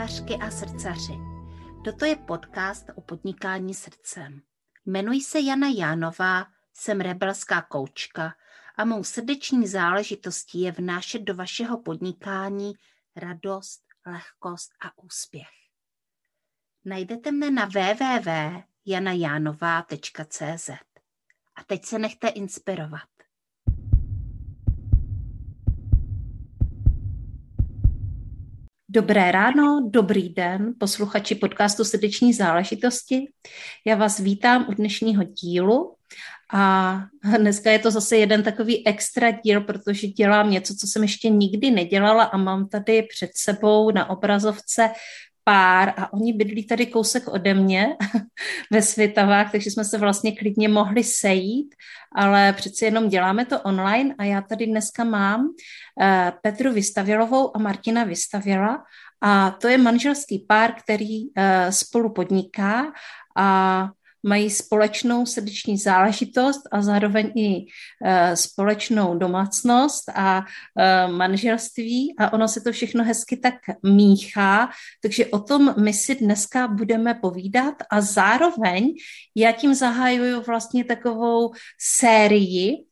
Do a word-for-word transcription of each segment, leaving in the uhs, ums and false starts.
srdcařky a srdcaři. Toto je podcast o podnikání srdcem. Jmenuji se Jana Jánová, jsem rebelská koučka a mou srdeční záležitostí je vnášet do vašeho podnikání radost, lehkost a úspěch. Najdete mne na w w w tečka jana jánová tečka c z. A teď se nechte inspirovat. Dobré ráno, dobrý den, posluchači podcastu Srdeční záležitosti. Já vás vítám u dnešního dílu a dneska je to zase jeden takový extra díl, protože dělám něco, co jsem ještě nikdy nedělala a mám tady před sebou na obrazovce pár a oni bydlí tady kousek ode mě ve Svitavách, takže jsme se vlastně klidně mohli sejít, ale přeci jenom děláme to online a já tady dneska mám uh, Petru Vystavělovou a Martina Vystavěla a to je manželský pár, který uh, spolu podniká a mají společnou srdeční záležitost a zároveň i e, společnou domácnost a e, manželství a ono se to všechno hezky tak míchá, takže o tom my si dneska budeme povídat a zároveň já tím zahajuju vlastně takovou sérii, e,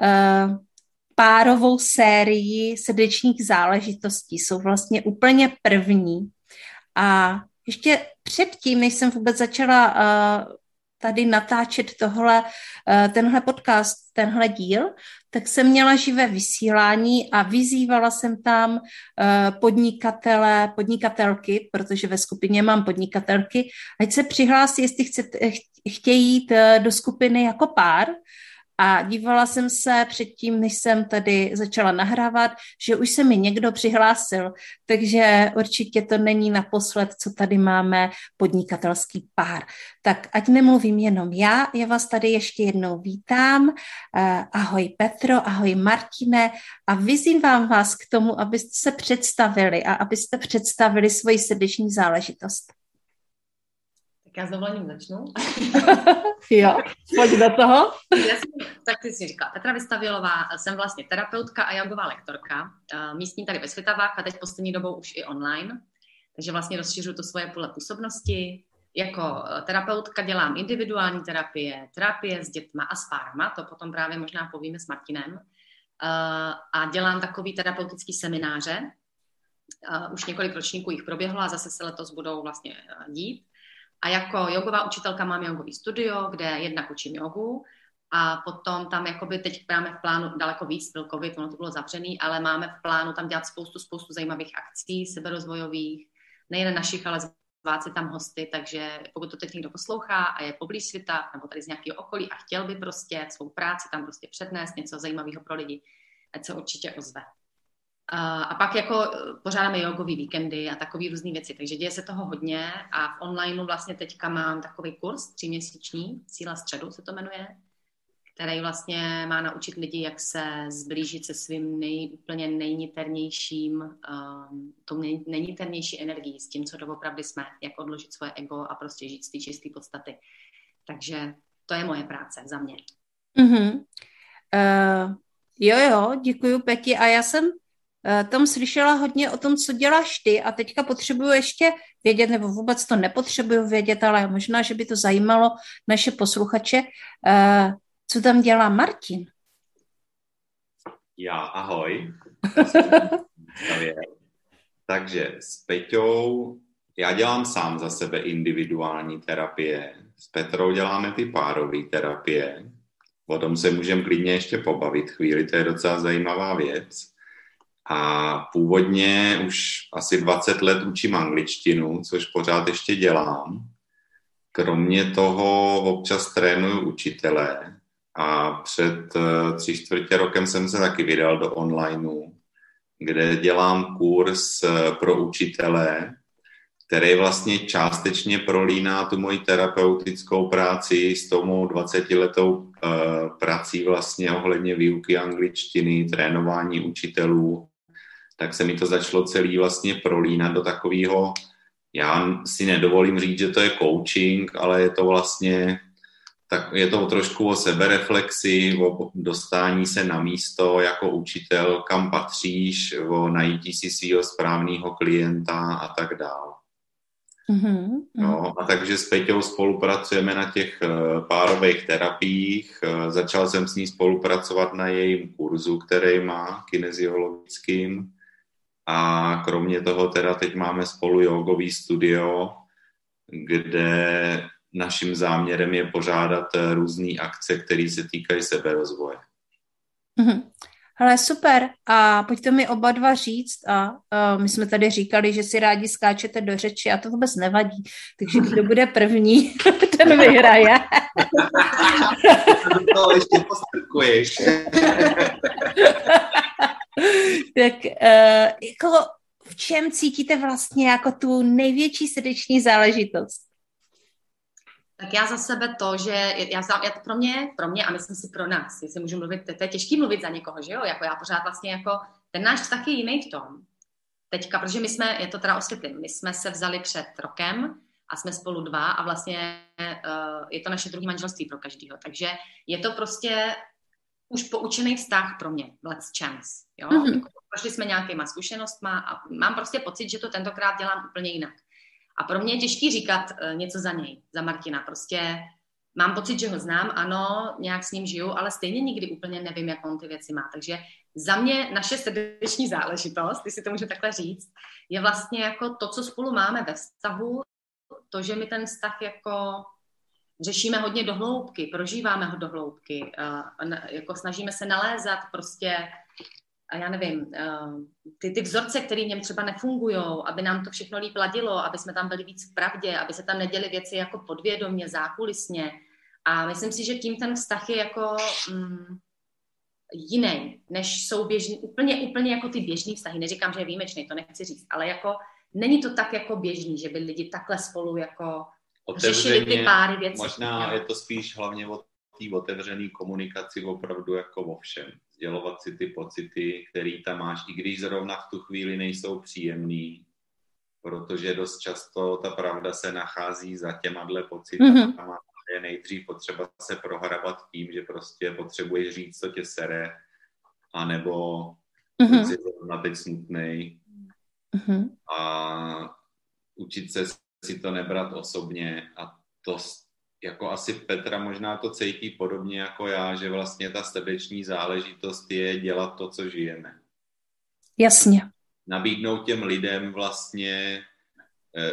párovou sérii srdečních záležitostí, jsou vlastně úplně první a ještě předtím, než jsem vůbec začala uh, tady natáčet tohle, tenhle podcast, tenhle díl, tak jsem měla živé vysílání a vyzývala jsem tam podnikatele, podnikatelky, protože ve skupině mám podnikatelky, ať se přihlásí, jestli chcete, chtějí jít do skupiny jako pár. A dívala jsem se předtím, než jsem tady začala nahrávat, že už se mi někdo přihlásil, takže určitě to není naposled, co tady máme podnikatelský pár. Tak ať nemluvím jenom já, já vás tady ještě jednou vítám. Ahoj Petro, ahoj Martine a vyzývám vás k tomu, abyste se představili a abyste představili svoji srdeční záležitost. Já s dovolením začnu. Jo, pojď do toho. Já jsem, tak ty jsi říkala, Petra Vystavělová, jsem vlastně terapeutka a jogová lektorka, místní tady ve Svitavách a teď poslední dobou už i online, takže vlastně rozšiřuju to svoje pole působnosti. Jako terapeutka dělám individuální terapie, terapie s dětma a s párma, to potom právě možná povíme s Martinem, a dělám takový terapeutický semináře, už několik ročníků jich proběhlo a zase se letos budou vlastně dít. A jako jogová učitelka mám jogový studio, kde jednak učím jogu a potom tam jakoby teď máme v plánu daleko víc, byl covid, ono to bylo zavřený, ale máme v plánu tam dělat spoustu, spoustu zajímavých akcí seberozvojových, nejen našich, ale zvát si tam hosty, takže pokud to teď někdo poslouchá a je poblíž Svitav nebo tady z nějakého okolí a chtěl by prostě svou práci tam prostě přednést, něco zajímavého pro lidi, ať se určitě ozve. A pak jako pořádáme jogový víkendy a takový různý věci, takže děje se toho hodně a v onlineu vlastně teďka mám takový kurz tříměsíční, Síla středu se to jmenuje, který vlastně má naučit lidi, jak se zblížit se svým nej, úplně nejniternějším, um, tou nej, nejniternější energií, s tím, co doopravdy jsme, jak odložit svoje ego a prostě žít z té čisté podstaty. Takže to je moje práce za mě. Mm-hmm. Uh, jo, jo, děkuju Peti a já jsem tam slyšela hodně o tom, co děláš ty a teďka potřebuju ještě vědět, nebo vůbec to nepotřebuju vědět, ale možná, že by to zajímalo naše posluchače, co tam dělá Martin. Já, ahoj. Takže s Peťou, já dělám sám za sebe individuální terapie, s Petrou děláme ty párové terapie, o tom se můžeme klidně ještě pobavit chvíli, to je docela zajímavá věc. A původně už asi dvacet let učím angličtinu, což pořád ještě dělám. Kromě toho občas trénuju učitele a před tři čtvrtě rokem jsem se taky vydal do onlineu, kde dělám kurz pro učitele, který vlastně částečně prolíná tu moji terapeutickou práci s tou mou dvacetiletou uh, prací vlastně ohledně výuky angličtiny, trénování učitelů, tak se mi to začalo celý vlastně prolínat do takového, já si nedovolím říct, že to je coaching, ale je to vlastně, tak je to trošku o sebereflexi, o dostání se na místo jako učitel, kam patříš, o najítí si svého správného klienta a tak dál. Mm-hmm. No, a takže s Peťou spolupracujeme na těch párových terapiích. Začal jsem s ní spolupracovat na jejím kurzu, který má kineziologickým. A kromě toho teda teď máme spolu jogový studio, kde naším záměrem je pořádat různé akce, které se týkají seberozvoje. Mm-hmm. Hele, super. A pojďte mi oba dva říct, a uh, my jsme tady říkali, že si rádi skáčete do řeči a to vůbec nevadí. Takže kdo bude první, ten vyhraje. To ještě postrkuješ. Tak uh, jako v čem cítíte vlastně jako tu největší srdeční záležitost? Tak já za sebe to, že já, já pro mě, pro mě a myslím si pro nás, jestli můžu mluvit, to je těžký mluvit za někoho, že jo, jako já pořád vlastně jako, ten náš vztah je jiný v tom, teďka, protože my jsme, je to teda osvětlím, my jsme se vzali před rokem a jsme spolu dva a vlastně uh, je to naše druhé manželství pro každýho, takže je to prostě už poučený vztah pro mě, let's chance, jo, mm-hmm. jako, prošli jsme nějakýma zkušenostma a mám prostě pocit, že to tentokrát dělám úplně jinak. A pro mě je těžký říkat uh, něco za něj, za Martina. Prostě mám pocit, že ho znám, ano, nějak s ním žiju, ale stejně nikdy úplně nevím, jak on ty věci má. Takže za mě naše srdeční záležitost, když si to můžu takhle říct, je vlastně jako to, co spolu máme ve vztahu, to, že my ten vztah jako řešíme hodně do hloubky, prožíváme ho do hloubky, uh, jako snažíme se nalézat prostě a já nevím, ty, ty vzorce, které v něm třeba nefungujou, aby nám to všechno líp ladilo, aby jsme tam byli víc v pravdě, aby se tam neděly věci jako podvědomě, zákulisně. A myslím si, že tím ten vztah je jako mm, jiný, než jsou běžný, úplně, úplně jako ty běžný vztahy. Neříkám, že je výjimečný, to nechci říct, ale jako není to tak jako běžný, že by lidi takhle spolu jako řešili ty páry věcí. Možná je to spíš hlavně o té otevřené komunikaci opravdu jako o všem. Sdělovat si ty pocity, který tam máš, i když zrovna v tu chvíli nejsou příjemný, protože dost často ta pravda se nachází za těmadle pocity. Mm-hmm. Je nejdřív potřeba se prohrabat tím, že prostě potřebuješ říct, co tě sere, anebo mm-hmm. jsi zrovna teď smutnej. Mm-hmm. A učit se si to nebrat osobně a to jako asi Petra možná to cítí podobně jako já, že vlastně ta srdeční záležitost je dělat to, co žijeme. Jasně. Nabídnout těm lidem vlastně eh,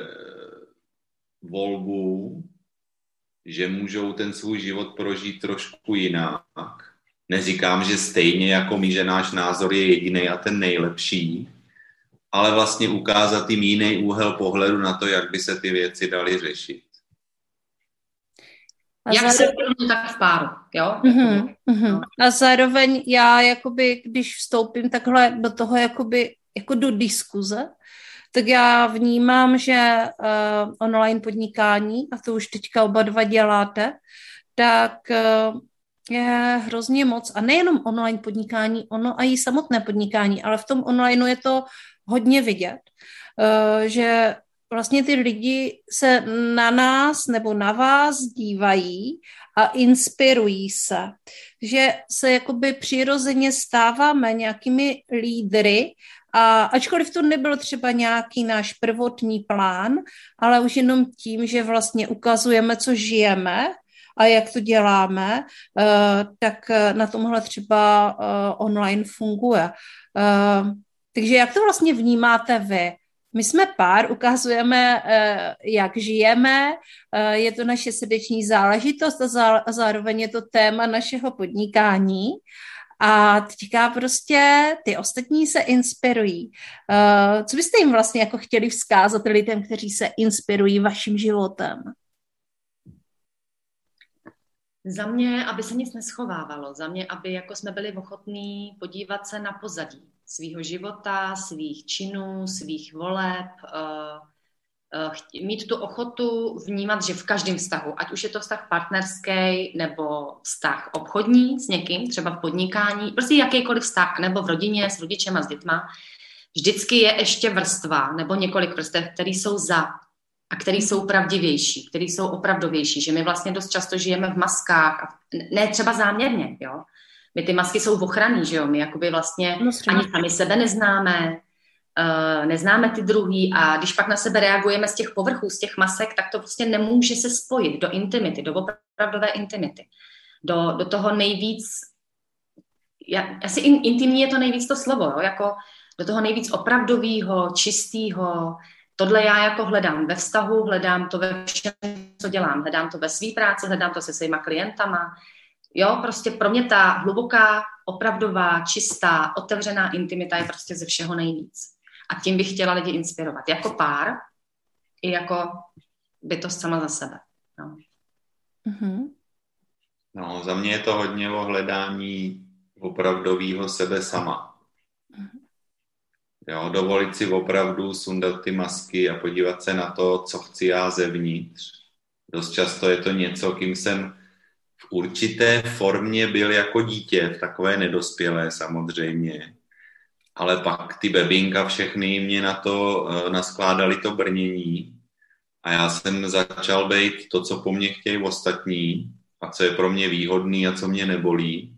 volbu, že můžou ten svůj život prožít trošku jinak. Neříkám, že stejně jako my, že náš názor je jediný a ten nejlepší, ale vlastně ukázat jim jiný úhel pohledu na to, jak by se ty věci daly řešit. A jak zároveň... se tak v páru, jo? Mm-hmm, mm-hmm. A zároveň já, jakoby, když vstoupím takhle do toho, jakoby, jako do diskuze, tak já vnímám, že uh, online podnikání, a to už teďka oba dva děláte, tak uh, je hrozně moc, a nejenom online podnikání, ono a i samotné podnikání, ale v tom onlineu je to hodně vidět, uh, že vlastně ty lidi se na nás nebo na vás dívají a inspirují se. Že se jakoby přirozeně stáváme nějakými lídry a ačkoliv to nebyl třeba nějaký náš prvotní plán, ale už jenom tím, že vlastně ukazujeme, co žijeme a jak to děláme, tak na tomhle třeba online funguje. Takže jak to vlastně vnímáte vy? My jsme pár, ukazujeme, jak žijeme, je to naše srdeční záležitost a zároveň je to téma našeho podnikání. A teďka prostě ty ostatní se inspirují. Co byste jim vlastně jako chtěli vzkázat lidem, kteří se inspirují vaším životem? Za mě, aby se nic neschovávalo. Za mě, aby jako jsme byli ochotní podívat se na pozadí svýho života, svých činů, svých voleb, mít tu ochotu vnímat, že v každém vztahu, ať už je to vztah partnerský nebo vztah obchodní s někým, třeba v podnikání, prostě jakýkoliv vztah, nebo v rodině s rodičema, s dětma, vždycky je ještě vrstva nebo několik vrstev, které jsou za a které jsou pravdivější, které jsou opravdovější, že my vlastně dost často žijeme v maskách, a ne třeba záměrně, jo. My ty masky jsou ochranný, že jo, my jakoby vlastně no, ani sami sebe neznáme, neznáme ty druhý a když pak na sebe reagujeme z těch povrchů, z těch masek, tak to prostě nemůže se spojit do intimity, do opravdové intimity. Do, do toho nejvíc, asi in, intimní je to nejvíc to slovo, jo? Jako do toho nejvíc opravdového, čistého. Tohle já jako hledám ve vztahu, hledám to ve všem, co dělám. Hledám to ve své práci, hledám to se svýma klientama. Jo, prostě pro mě ta hluboká, opravdová, čistá, otevřená intimita je prostě ze všeho nejvíc. A tím bych chtěla lidi inspirovat. Jako pár i jako bytost sama za sebe. No. Mm-hmm. No, za mě je to hodně o hledání opravdového sebe sama. Mm-hmm. Jo, dovolit si opravdu sundat ty masky a podívat se na to, co chci já zevnitř. Dost často je to něco, kým jsem v určité formě byl jako dítě, v takové nedospělé samozřejmě. Ale pak ty bebinka všechny mě na to uh, naskládali to brnění a já jsem začal být to, co po mně chtějí ostatní a co je pro mě výhodný a co mě nebolí.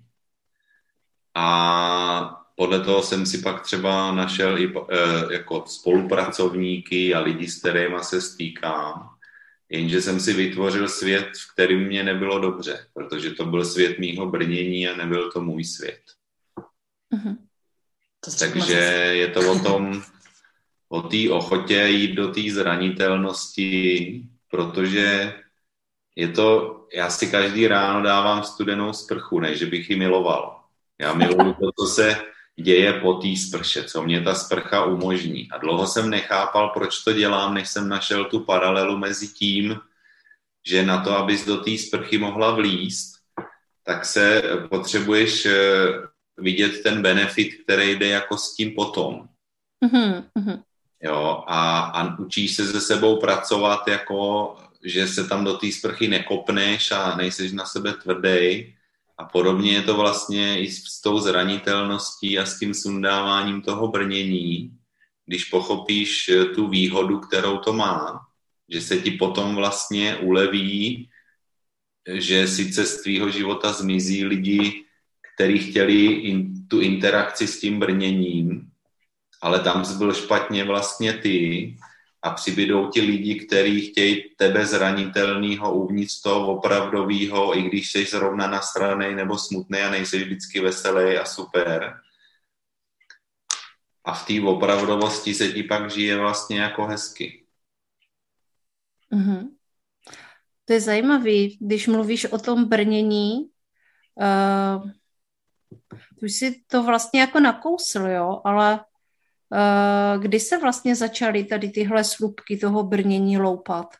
A podle toho jsem si pak třeba našel i uh, jako spolupracovníky a lidi, s kterými se stýkám. Jenže jsem si vytvořil svět, v kterém mě nebylo dobře, protože to byl svět mýho brnění a nebyl to můj svět. Mm-hmm. Takže je to o tom, o té ochotě jít do té zranitelnosti, protože je to, já si každý ráno dávám studenou sprchu, než že bych ji miloval. Já miluji to, co se děje po té sprše, co mě ta sprcha umožní. A dlouho jsem nechápal, proč to dělám, než jsem našel tu paralelu mezi tím, že na to, abys do té sprchy mohla vlízt, tak se potřebuješ vidět ten benefit, který jde jako s tím potom. Mm-hmm. Jo, a, a učíš se se sebou pracovat, jako, že se tam do té sprchy nekopneš a nejseš na sebe tvrdej. A podobně je to vlastně i s tou zranitelností a s tím sundáváním toho brnění, když pochopíš tu výhodu, kterou to má, že se ti potom vlastně uleví, že sice z tvýho života zmizí lidi, kteří chtěli in, tu interakci s tím brněním, ale tam byl špatně vlastně ty a přibydou ti lidi, kteří chtějí tebe zranitelného uvnitř toho opravdového, i když jsi zrovna nasranej nebo smutný a nejsi vždycky veselý a super. A v té opravdovosti se ti pak žije vlastně jako hezky. Mm-hmm. To je zajímavý, když mluvíš o tom brnění, uh, už si to vlastně jako nakousl, jo, ale uh, kdy se vlastně začaly tady tyhle slupky toho brnění loupat?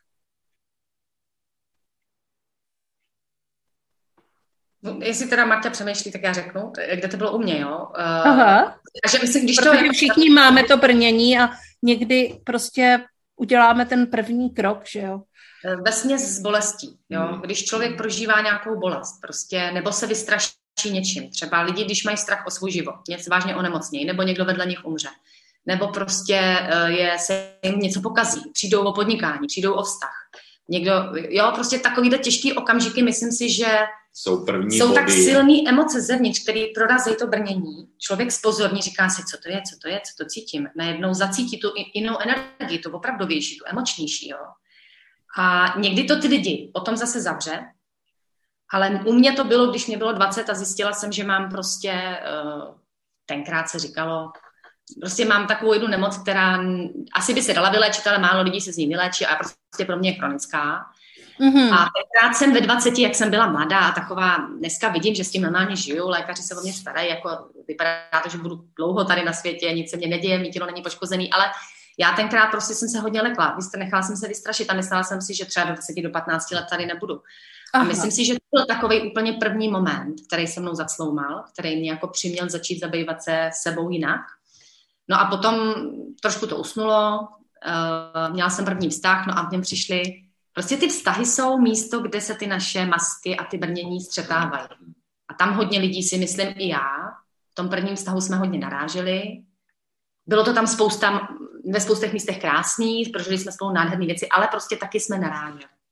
No, jestli teda Marta přemýšlí, tak já řeknu, kde to bylo u mě, jo. Uh, Aha, takže myslím, když protože to... všichni máme to brnění a někdy prostě uděláme ten první krok, že jo. Vesměs s bolestí, jo. Když člověk prožívá nějakou bolest, prostě, nebo se vystraší něčím. Třeba lidi, když mají strach o svůj život, něco vážně onemocnějí, nebo někdo vedle nich umře, nebo prostě je, se jim něco pokazí, přijdou o podnikání, přijdou o vztah. Někdo, jo, prostě takovýhle těžký okamžiky, myslím si, že jsou, první jsou body. Tak silný emoce zevnitř, který prorazí to brnění. Člověk zpozorní, říká si, co to je, co to je, co to cítím. Najednou zacítí tu jinou energii, tu opravdovější, tu emočnější, jo. A někdy to ty lidi potom zase zavře, ale u mě to bylo, když mě bylo dvacet a zjistila jsem, že mám prostě, tenkrát se říkalo, prostě mám takovou jednu nemoc, která asi by se dala vyléčit, ale málo lidí se z ní vyléčí a prostě pro mě je chronická. Mm-hmm. A tenkrát jsem ve dvaceti, jak jsem byla mladá a taková, dneska vidím, že s tím normálně žiju, lékaři se o mě starají, jako vypadá to, že budu dlouho tady na světě, nic se mě neděje, mý tělo není poškozený, ale já tenkrát prostě jsem se hodně lekla, nechala jsem se vystrašit a myslela jsem si, že třeba do deseti do patnácti let tady nebudu. Aha. A myslím si, že to byl takový úplně první moment, který se mnou zacloumal, který mě jako přiměl začít zabývat se sebou jinak. No a potom trošku to usnulo, uh, měla jsem první vztah, no a v něm přišly, prostě ty vztahy jsou místo, kde se ty naše masky a ty brnění střetávají. A tam hodně lidí, si myslím i já, v tom prvním vztahu jsme hodně naráželi. Bylo to tam spousta, ve spoustech místech krásných, prožili jsme spolu nádherné věci, ale prostě taky jsme naráželi.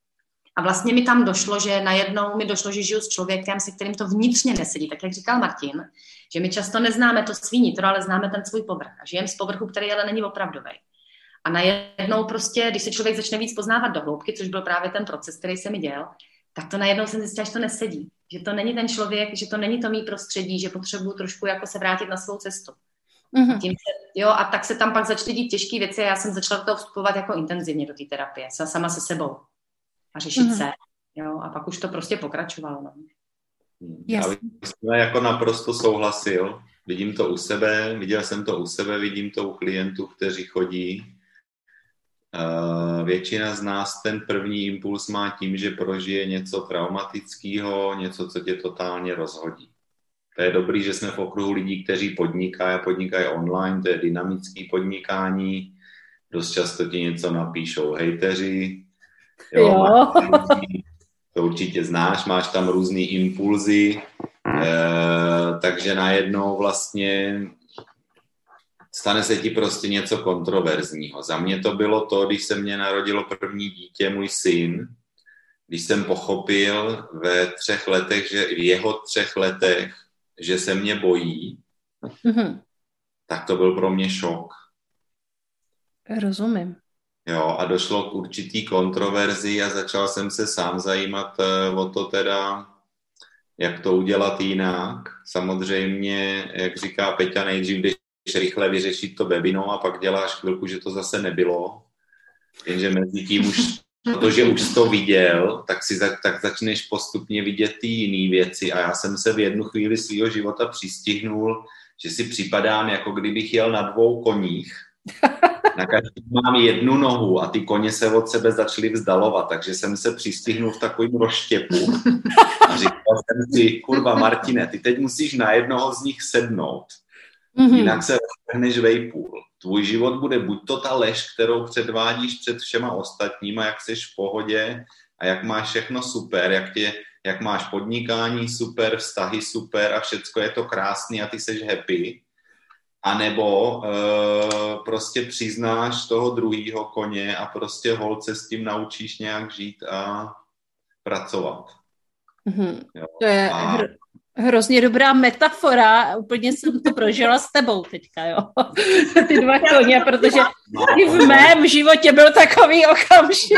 A vlastně mi tam došlo, že najednou mi došlo, že žiju s člověkem, se kterým to vnitřně nesedí. Tak jak říkal Martin, že my často neznáme to svý nitro, ale známe ten svůj povrch. A žijeme z povrchu, který ale není opravdový. A najednou prostě, když se člověk začne víc poznávat do hloubky, což byl právě ten proces, který se mi děl, tak to najednou jsem zjistila, že to nesedí. Že to není ten člověk, že to není to mý prostředí, že potřebuju trošku jako se vrátit na svou cestu. Mm-hmm. A, tím se, jo, a tak se tam pak začaly dít těžké věci a já jsem začala do toho vstupovat jako intenzivně do té terapie, sama se sebou a řešit mm-hmm. se. Jo, a pak už to prostě pokračovalo. No. Yes. Já bych jako naprosto souhlasil. Vidím to u sebe, viděl jsem to u sebe, vidím to u klientů, kteří chodí. Uh, většina z nás ten první impuls má tím, že prožije něco traumatického, něco, co tě totálně rozhodí. To je dobrý, že jsme v okruhu lidí, kteří podnikají a podnikají online, to je dynamické podnikání. Dost často ti něco napíšou hejteři. Jo, jo. Různý, to určitě znáš, máš tam různý impulzy, uh, takže najednou vlastně stane se ti prostě něco kontroverzního. Za mě to bylo to, když se mě narodilo první dítě, můj syn, když jsem pochopil ve třech letech, že v jeho třech letech, že se mě bojí, mm-hmm. tak to byl pro mě šok. Rozumím. Jo, a došlo k určitý kontroverzi a začal jsem se sám zajímat o to teda, jak to udělat jinak. Samozřejmě, jak říká Peťa, nejdřív jdeš rychle vyřešit to babinou a pak děláš chvilku, že to zase nebylo. Jenže mezi tím už, protože už jsi to viděl, tak, si za, tak začneš postupně vidět ty jiný věci a já jsem se v jednu chvíli svýho života přistihnul, že si připadám, jako kdybych jel na dvou koních. Na každý mám jednu nohu a ty koně se od sebe začaly vzdalovat, takže jsem se přistihnul v takovým rozštěpu a říkal jsem si, kurva Martine, ty teď musíš na jednoho z nich sednout. Mm-hmm. Jinak se roztrhneš vejpůl. Tvůj život bude buď to ta lež, kterou předvádíš před všema ostatníma, jak jsi v pohodě a jak máš všechno super, jak, tě, jak máš podnikání super, vztahy super a všecko je to krásný a ty seš happy. A nebo uh, prostě přiznáš toho druhýho koně a prostě holce s tím naučíš nějak žít a pracovat. Mm-hmm. Jo. To je a... hr- hrozně dobrá metafora, úplně jsem to prožila s tebou teďka, jo. Ty dva koně, protože no, i v mém životě byl takový okamžik.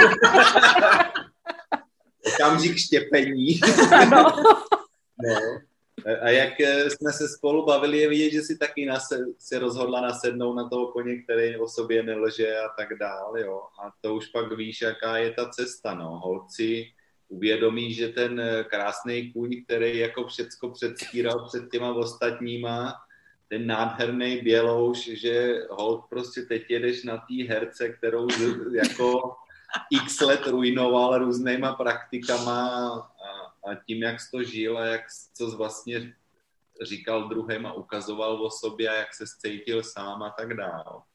Okamžik štěpení. Ano. No. A jak jsme se spolu bavili, je vidět, že si taky nase- se rozhodla nasednout na toho koně, který o sobě nelže a tak dál, jo. A to už pak víš, jaká je ta cesta, no. Holci uvědomí, že ten krásný kůň, který jako všecko předstíral před těma ostatníma, ten nádherný bělouš, že holt prostě teď jedeš na té herce, kterou jako x let ruinoval různýma praktikama a, a tím, jak jsi to žil a jak co jsi vlastně říkal druhým a ukazoval o sobě a jak se cítil sám a tak dál.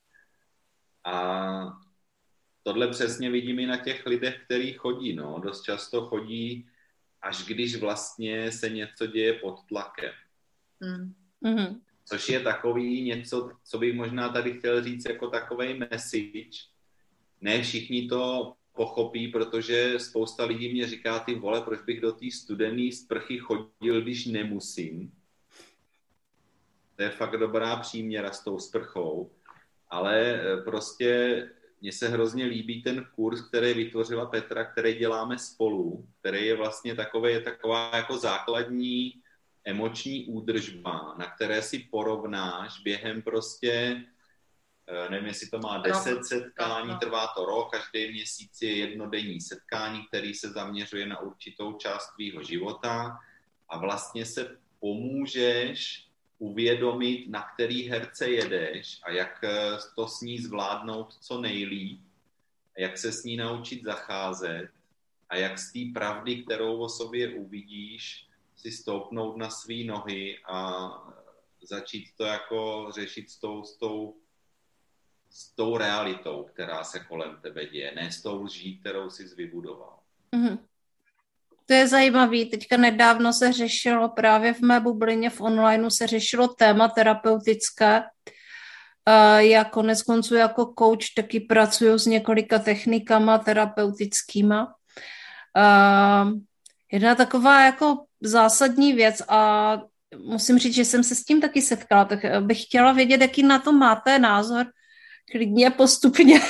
A tohle přesně vidím i na těch lidech, kteří chodí. No. Dost často chodí, až když vlastně se něco děje pod tlakem. Mm. Což je takový něco, co bych možná tady chtěl říct jako takovej message. Ne všichni to pochopí, protože spousta lidí mě říká, ty vole, proč bych do té studené sprchy chodil, když nemusím. To je fakt dobrá příměra s tou sprchou. Ale prostě mně se hrozně líbí ten kurz, který vytvořila Petra, který děláme spolu, který je vlastně takové, je taková jako základní emoční údržba, na které si porovnáš během prostě, nevím, jestli to má deset setkání, trvá to rok, každý měsíc je jednodenní setkání, který se zaměřuje na určitou část tvýho života a vlastně se pomůžeš uvědomit, na který herce jedeš a jak to s ní zvládnout co nejlíp, jak se s ní naučit zacházet a jak z té pravdy, kterou o sobě uvidíš, si stoupnout na svý nohy a začít to jako řešit s tou, s tou, s tou realitou, která se kolem tebe děje, ne s tou lží, kterou jsi vybudoval. Mm-hmm. To je zajímavý. Teďka nedávno se řešilo, právě v mé bublině v onlineu se řešilo téma terapeutické. Já konec konců jako coach taky pracuju s několika technikama terapeutickýma. Uh, jedna taková jako zásadní věc a musím říct, že jsem se s tím taky setkala, tak bych chtěla vědět, jaký na to máte názor, klidně postupně.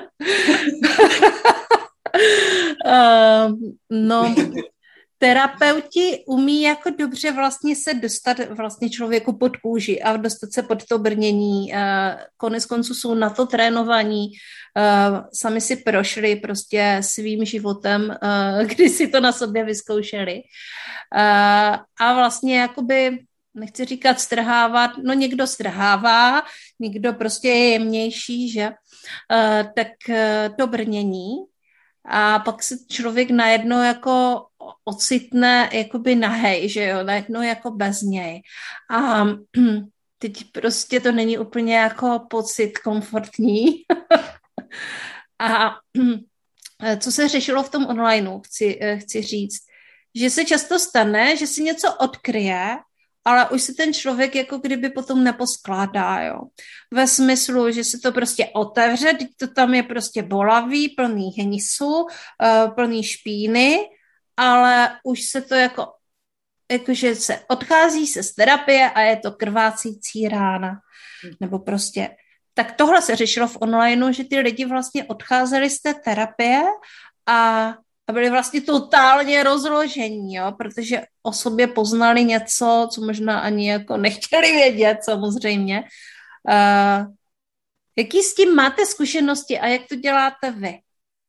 uh, no, terapeuti umí jako dobře vlastně se dostat vlastně člověku pod kůži a dostat se pod to brnění. Konec konců jsou na to trénovaní, sami si prošli prostě svým životem, kdy si to na sobě vyzkoušeli. A vlastně jakoby, nechci říkat strhávat, no někdo strhává, někdo prostě je jemnější, že? Tak to brnění. A pak se člověk najednou jako ocitne jakoby nahej, že jo, najednou jako bez něj. A teď prostě to není úplně jako pocit komfortní. A co se řešilo v tom onlineu, chci, chci říct, že se často stane, že si něco odkryje, ale už si ten člověk jako kdyby potom neposkládá, jo. Ve smyslu, že se to prostě otevře, teď to tam je prostě bolavý, plný hnisu, plný špíny, ale už se to jako, jakože se odchází se z terapie a je to krvácící rána. Nebo prostě, tak tohle se řešilo v onlineu, že ty lidi vlastně odcházeli z té terapie a A byli vlastně totálně rozložení, jo, protože o sobě poznali něco, co možná ani jako nechtěli vědět, samozřejmě. Uh, jaký s tím máte zkušenosti a jak to děláte vy?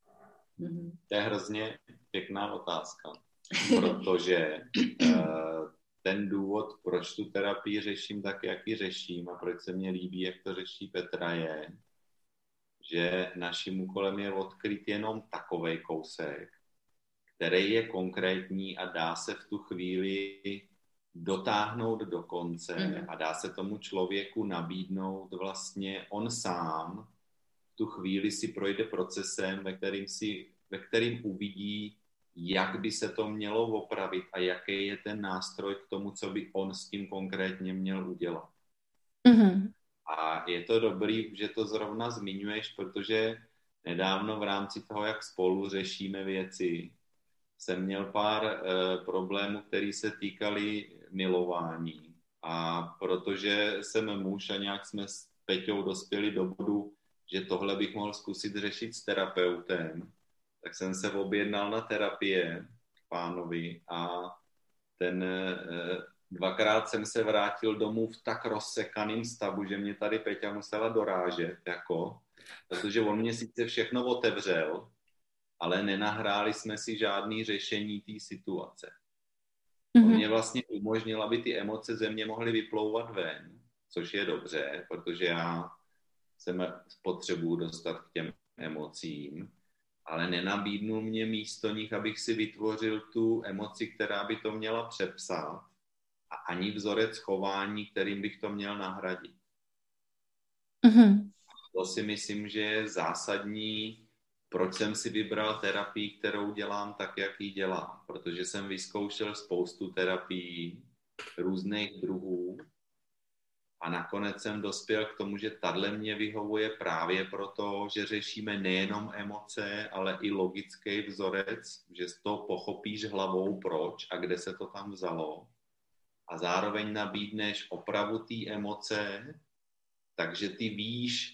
To je hrozně pěkná otázka, protože uh, ten důvod, proč tu terapii řeším tak, jak ji řeším a proč se mně líbí, jak to řeší Petra, je, že naším úkolem je odkryt jenom takovej kousek, který je konkrétní a dá se v tu chvíli dotáhnout do konce mm. a dá se tomu člověku nabídnout vlastně on sám. V tu chvíli si projde procesem, ve kterým, si, ve kterým uvidí, jak by se to mělo opravit a jaký je ten nástroj k tomu, co by on s tím konkrétně měl udělat. Mm. A je to dobrý, že to zrovna zmiňuješ, protože nedávno v rámci toho, jak spolu řešíme věci, jsem měl pár e, problémů, které se týkaly milování. A protože jsem muž a nějak jsme s Peťou dospěli do bodu, že tohle bych mohl zkusit řešit s terapeutem, tak jsem se objednal na terapie k pánovi a ten e, dvakrát jsem se vrátil domů v tak rozsekaným stavu, že mě tady Peťa musela dorážet, jako, protože on mě sice všechno otevřel, ale nenahráli jsme si žádný řešení té situace. Mm-hmm. On mě vlastně umožnil, aby ty emoce ze mě mohly vyplouvat ven, což je dobře, protože já jsem potřebuji dostat k těm emocím, ale nenabídnul mě místo nich, abych si vytvořil tu emoci, která by to měla přepsat a ani vzorec chování, kterým bych to měl nahradit. Mm-hmm. To si myslím, že je zásadní, proč jsem si vybral terapii, kterou dělám tak, jak ji dělám. Protože jsem vyzkoušel spoustu terapií různých druhů a nakonec jsem dospěl k tomu, že tahle mě vyhovuje právě proto, že řešíme nejenom emoce, ale i logický vzorec, že z toho pochopíš hlavou proč a kde se to tam vzalo. A zároveň nabídneš opravu té emoce, takže ty víš,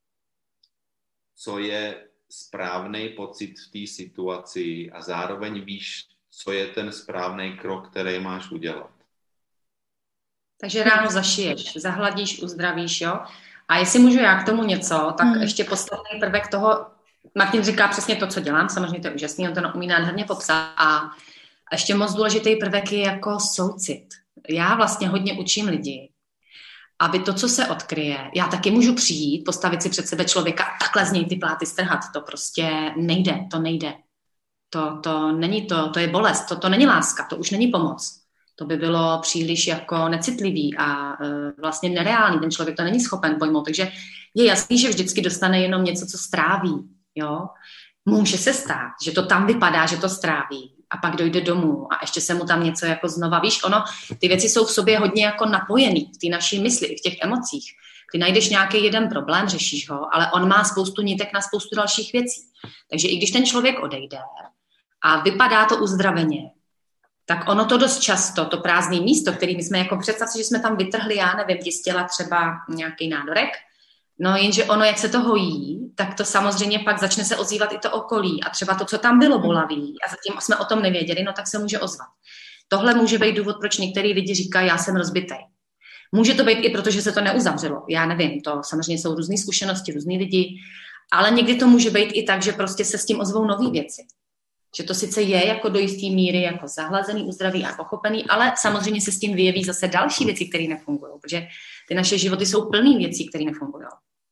co je správný pocit v té situaci a zároveň víš, co je ten správný krok, který máš udělat. Takže ráno zašiješ, zahladíš, uzdravíš, jo? A jestli můžu já k tomu něco, tak hmm. ještě podstatný prvek toho, Martin říká přesně to, co dělám, samozřejmě to je úžasný, on to umí nádherně popsat a ještě moc důležitý prvek je jako soucit. Já vlastně hodně učím lidi, aby to, co se odkryje, já taky můžu přijít, postavit si před sebe člověka a takhle z něj ty pláty strhat. To prostě nejde, to nejde. To, to není to, to je bolest, to, to není láska, to už není pomoc. To by bylo příliš jako necitlivý a e, vlastně nereálný. Ten člověk to není schopen pojmout, takže je jasný, že vždycky dostane jenom něco, co stráví. Jo? Může se stát, že to tam vypadá, že to stráví a pak dojde domů a ještě se mu tam něco jako znova, víš, ono, ty věci jsou v sobě hodně jako napojený v té naší mysli, i v těch emocích. Ty najdeš nějaký jeden problém, řešíš ho, ale on má spoustu nitek na spoustu dalších věcí. Takže i když ten člověk odejde a vypadá to uzdraveně, tak ono to dost často, to prázdné místo, který my jsme jako představ si, že jsme tam vytrhli, já nevím, z těla třeba nějaký nádorek, no jenže ono, jak se to hojí, tak to samozřejmě pak začne se ozývat i to okolí a třeba to, co tam bylo bolavý a zatím jsme o tom nevěděli, no tak se může ozvat. Tohle může být důvod, proč některý lidi říkají, já jsem rozbitej. Může to být i proto, že se to neuzavřelo. Já nevím, to samozřejmě jsou různé zkušenosti, různý lidi, ale někdy to může být i tak, že prostě se s tím ozvou nový věci. Že to sice je jako do jistý míry jako zahlazený, uzdraví a pochopený, ale samozřejmě se s tím vyjeví zase další věci, které nefungují, protože ty naše životy jsou plný věcí, které nefungují.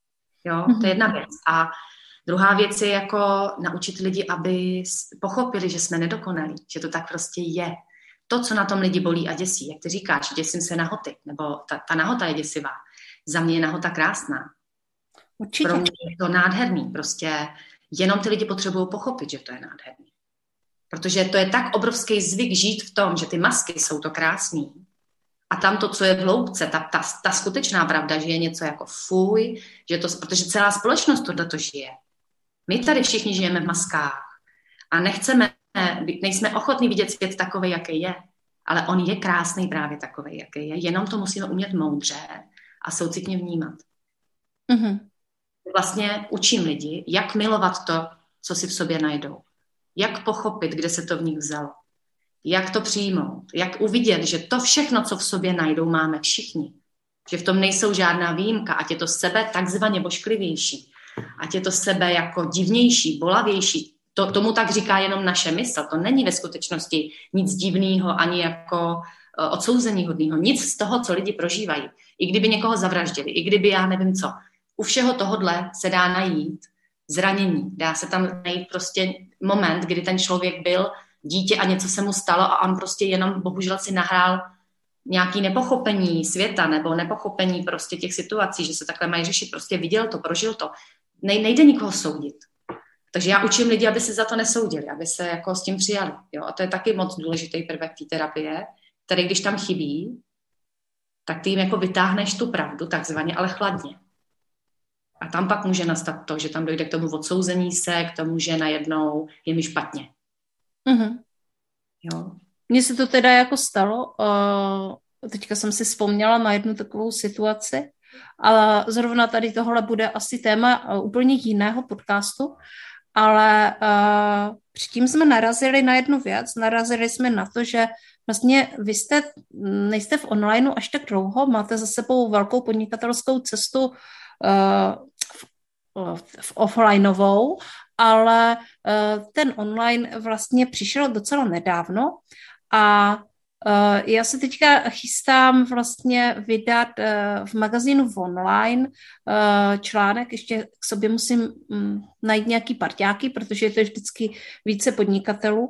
Jo, to je jedna věc. A druhá věc je jako naučit lidi, aby pochopili, že jsme nedokonalí, že to tak prostě je. To, co na tom lidi bolí a děsí, jak ty říkáš, děsím se nahoty, nebo ta, ta nahota je děsivá. Za mě je nahota krásná. Určitě. Pro mě je to nádherný, prostě jenom ty lidi potřebují pochopit, že to je nádherný. Protože to je tak obrovský zvyk žít v tom, že ty masky jsou to krásný. A tam to, co je v hloubce, ta, ta, ta skutečná pravda, že je něco jako fuj, že to, protože celá společnost tohleto žije. My tady všichni žijeme v maskách a nechceme, nejsme ochotní vidět svět takovej, jaký je. Ale on je krásný právě takovej, jaký je. Jenom to musíme umět moudře a soucitně vnímat. Mm-hmm. Vlastně učím lidi, jak milovat to, co si v sobě najdou. Jak pochopit, kde se to v nich vzalo. Jak to přijmout. Jak uvidět, že to všechno, co v sobě najdou, máme všichni. Že v tom nejsou žádná výjimka. Ať je to sebe takzvaně bošklivější. Ať je to sebe jako divnější, bolavější. To, tomu tak říká jenom naše mysl. To není ve skutečnosti nic divného, ani jako uh, odsouzení hodného. Nic z toho, co lidi prožívají. I kdyby někoho zavraždili, i kdyby já nevím co. U všeho tohodle se dá najít zranění. Dá se tam najít prostě moment, kdy ten člověk byl dítě a něco se mu stalo a on prostě jenom bohužel si nahrál nějaký nepochopení světa nebo nepochopení prostě těch situací, že se takhle mají řešit. Prostě viděl to, prožil to. Nej, nejde nikoho soudit. Takže já učím lidi, aby se za to nesoudili, aby se jako s tím přijali. Jo? A to je taky moc důležitý prvek té terapie, který když tam chybí, tak ty jim jako vytáhneš tu pravdu, takzvaně, ale chladně. A tam pak může nastat to, že tam dojde k tomu odsouzení se, k tomu, že najednou je mi špatně. Mm-hmm. Jo. Mně se to teda jako stalo, uh, teďka jsem si vzpomněla na jednu takovou situaci, ale zrovna tady tohle bude asi téma uh, úplně jiného podcastu, ale uh, předtím jsme narazili na jednu věc, narazili jsme na to, že vlastně vy jste, nejste v onlineu až tak dlouho, máte za sebou velkou podnikatelskou cestu uh, v, v offlineovou, ale uh, ten online vlastně přišel docela nedávno a uh, já se teďka chystám vlastně vydat uh, v magazínu online uh, článek, ještě k sobě musím um, najít nějaký parťáky, protože je to vždycky více podnikatelů,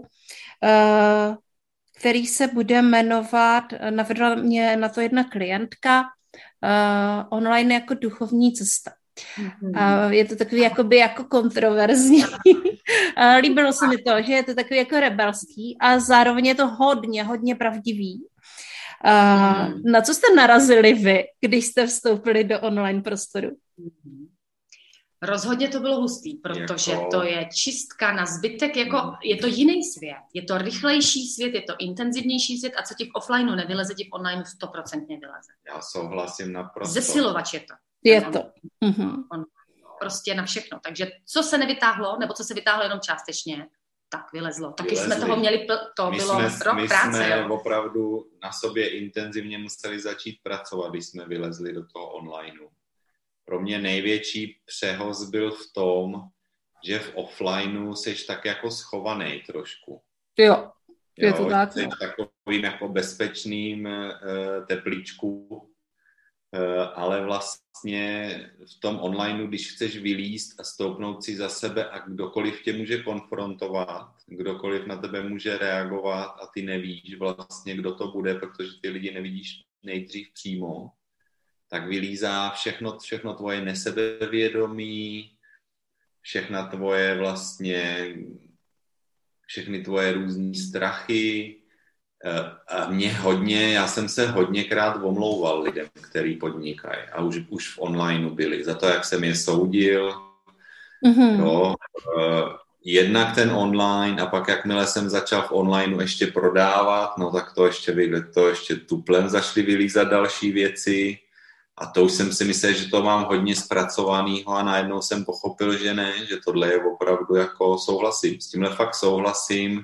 uh, který se bude jmenovat, navedla mě na to jedna klientka, uh, online jako duchovní cesta. Mm-hmm. Uh, je to takový jakoby jako kontroverzní. uh, líbilo se mi to, že je to takový jako rebelský a zároveň je to hodně, hodně pravdivý. Uh, mm-hmm. Na co jste narazili vy, když jste vstoupili do online prostoru? Mm-hmm. Rozhodně to bylo hustý, protože jako... to je čistka na zbytek, jako je to jiný svět, je to rychlejší svět, je to intenzivnější svět a co ti v offlineu nevyleze, ti v onlineu stoprocentně vyleze. Já souhlasím naprosto. Zesilovač je to. Je to. Mm-hmm. On prostě na všechno. Takže co se nevytáhlo, nebo co se vytáhlo jenom částečně, tak vylezlo. Taky Vylezli. jsme toho měli, to my bylo jsme, rok my práce. My jsme jo. opravdu na sobě intenzivně museli začít pracovat, když jsme vylezli do toho onlineu. Pro mě největší přehoz byl v tom, že v offlineu seš tak jako schovaný trošku. Jo, je jo, to tak. Jsi v takovým jako bezpečným uh, teplíčku, uh, ale vlastně v tom onlineu, když chceš vylízt a stoupnout si za sebe a kdokoliv tě může konfrontovat, kdokoliv na tebe může reagovat a ty nevíš vlastně, kdo to bude, protože ty lidi nevidíš nejdřív přímo, tak vylízá všechno, všechno tvoje nesebevědomí, všechna tvoje vlastně, všechny tvoje různý strachy. A mě hodně, já jsem se hodněkrát omlouval lidem, který podnikají a už, už v onlineu byli, za to, jak jsem je soudil. Mm-hmm. Jo, jednak ten online a pak jakmile jsem začal v onlineu ještě prodávat, no tak to ještě, to ještě tuplem začaly vylízat další věci a to už jsem si myslel, že to mám hodně zpracovanýho a najednou jsem pochopil, že ne, že tohle je opravdu jako souhlasím. S tímhle fakt souhlasím.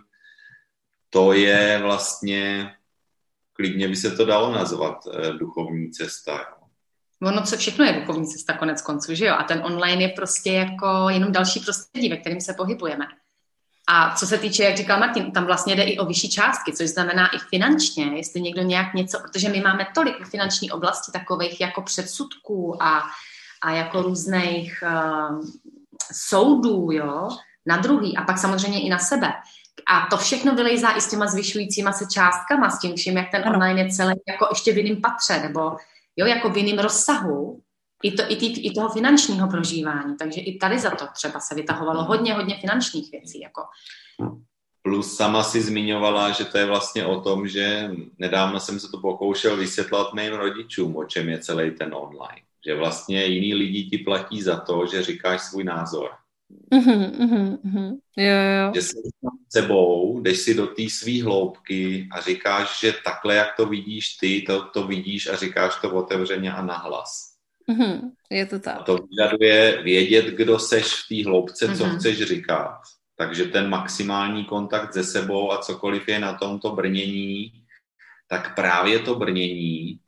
To je vlastně, klidně by se to dalo nazvat eh, duchovní cesta. Jo. Ono, co všechno je duchovní cesta konec konců, že jo? A ten online je prostě jako jenom další prostředí, ve kterém se pohybujeme. A co se týče, jak říkal Martin, tam vlastně jde i o vyšší částky, což znamená i finančně, jestli někdo nějak něco, protože my máme tolik v finanční oblasti takových jako předsudků a, a jako různých uh, soudů, jo, na druhý a pak samozřejmě i na sebe. A to všechno vylejzá i s těma zvyšujícíma se částkama, s tím vším, jak ten ano. online je celý jako ještě v jiném patře, nebo jo, jako v jiném rozsahu, i, to, i, tý, i toho finančního prožívání. Takže i tady za to třeba se vytahovalo hodně, hodně finančních věcí. Jako. Plus sama si zmiňovala, že to je vlastně o tom, že nedávno jsem se to pokoušel vysvětlat mým rodičům, o čem je celý ten online. Že vlastně jiní lidi ti platí za to, že říkáš svůj názor. Uhum, uhum, uhum. Jo, jo. Že jsi s sebou, jdeš si do té svý hloubky a říkáš, že takhle, jak to vidíš ty, to, to vidíš a říkáš to otevřeně a nahlas. Uhum, je to tak. A to vyžaduje vědět, kdo seš v té hloubce, co Uhum. chceš říkat. Takže ten maximální kontakt se sebou a cokoliv je na tomto brnění, tak právě to brnění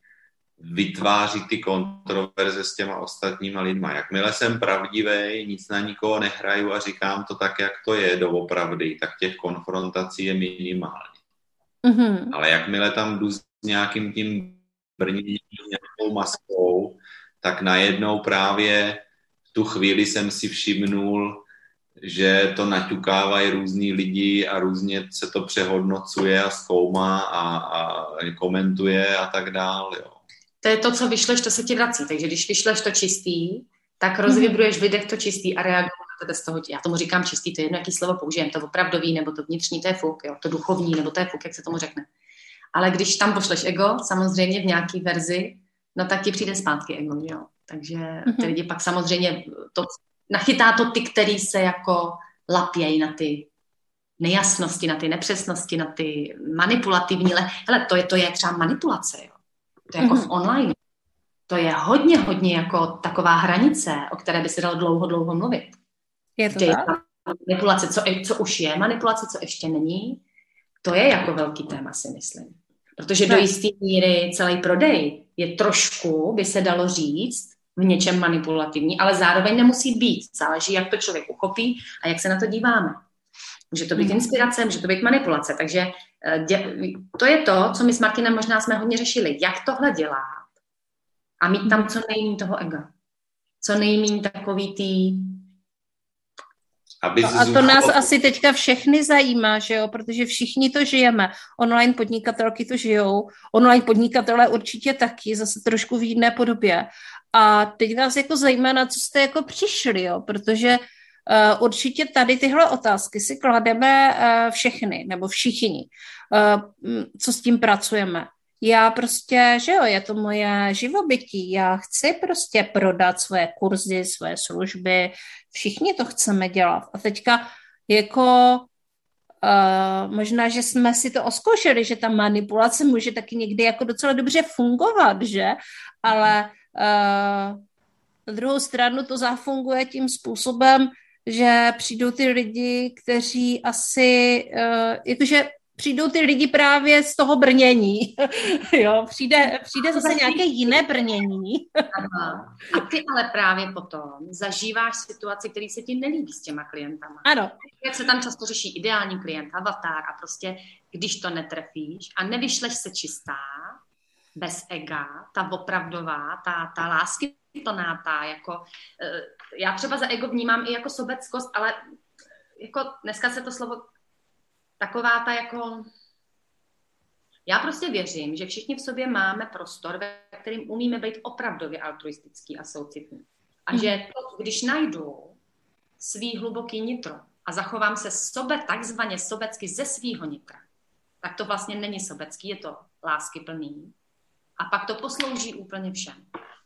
vytváří ty kontroverze s těma ostatníma lidma. Jakmile jsem pravdivý, nic na nikoho nehraju a říkám to tak, jak to je doopravdy, tak těch konfrontací je minimálně. Mm-hmm. Ale jakmile tam jdu s nějakým tím brněním, nějakou maskou, tak najednou právě v tu chvíli jsem si všimnul, že to naťukávají různý lidi a různě se to přehodnocuje a zkoumá a, a komentuje a tak dál, jo. To je to, co vyšleš, to se ti vrací. Takže když vyšleš to čistý, tak rozvibruješ v lidech to čistý a reaguješ z toho. Já tomu říkám čistý, to je jedno, jaký slovo použijem, to opravdový, nebo to vnitřní, to je fuk, jo, to duchovní, nebo to je fuk, jak se tomu řekne. Ale když tam pošleš ego, samozřejmě v nějaký verzi, no tak ti přijde zpátky ego, jo. Takže ty lidi pak samozřejmě to, nachytá to ty, který se jako lapějí na ty nejasnosti, na ty nepřesnosti, na ty manipulativní, le... hele, to je, to je třeba manipulace, jo. To je jako v online. To je hodně, hodně jako taková hranice, o které by se dalo dlouho, dlouho mluvit. Je to tak? Manipulace, co, co už je manipulace, co ještě není, to je jako velký téma, si myslím. Protože do jisté míry celý prodej je trošku, by se dalo říct, v něčem manipulativní, ale zároveň nemusí být. Záleží, jak to člověk uchopí a jak se na to díváme. Může to být inspirace, může to být manipulace. Takže dě, to je to, co my s Martinem možná jsme hodně řešili. Jak tohle dělat a mít tam co nejméně toho ega. Co nejméně takový tý... Aby no a to nás asi teďka všechny zajímá, že jo, protože všichni to žijeme. Online podnikatelky to žijou, online podnikatelé určitě taky, zase trošku v jiné podobě. A teď nás jako zajímá, na co jste jako přišli, jo, protože uh, určitě tady tyhle otázky si klademe uh, všechny, nebo všichni, uh, co s tím pracujeme. Já prostě, že jo, je to moje živobytí, já chci prostě prodat své kurzy, své služby, všichni to chceme dělat. A teďka jako uh, možná, že jsme si to oskoušeli, že ta manipulace může taky někdy jako docela dobře fungovat, že? Ale uh, na druhou stranu to zafunguje tím způsobem, že přijdou ty lidi, kteří asi, uh, jakože přijdou ty lidi právě z toho brnění. Jo, přijde, přijde zase nějaké jiné brnění. Aha. A ty ale právě potom zažíváš situaci, které se ti nelíbí s těma klientama. Ano. Jak se tam často řeší ideální klient, avatar a prostě, když to netrefíš a nevyšleš se čistá, bez ega, ta opravdová, ta, ta láskyplná, ta jako, já třeba za ego vnímám i jako sobeckost, ale jako dneska se to slovo taková ta jako... Já prostě věřím, že všichni v sobě máme prostor, ve kterým umíme být opravdově altruistický a soucitný. A mm. že to, když najdu svý hluboký nitro a zachovám se sobe, takzvaně sobecky ze svýho nitra, tak to vlastně není sobecký, je to láskyplný. A pak to poslouží úplně všem.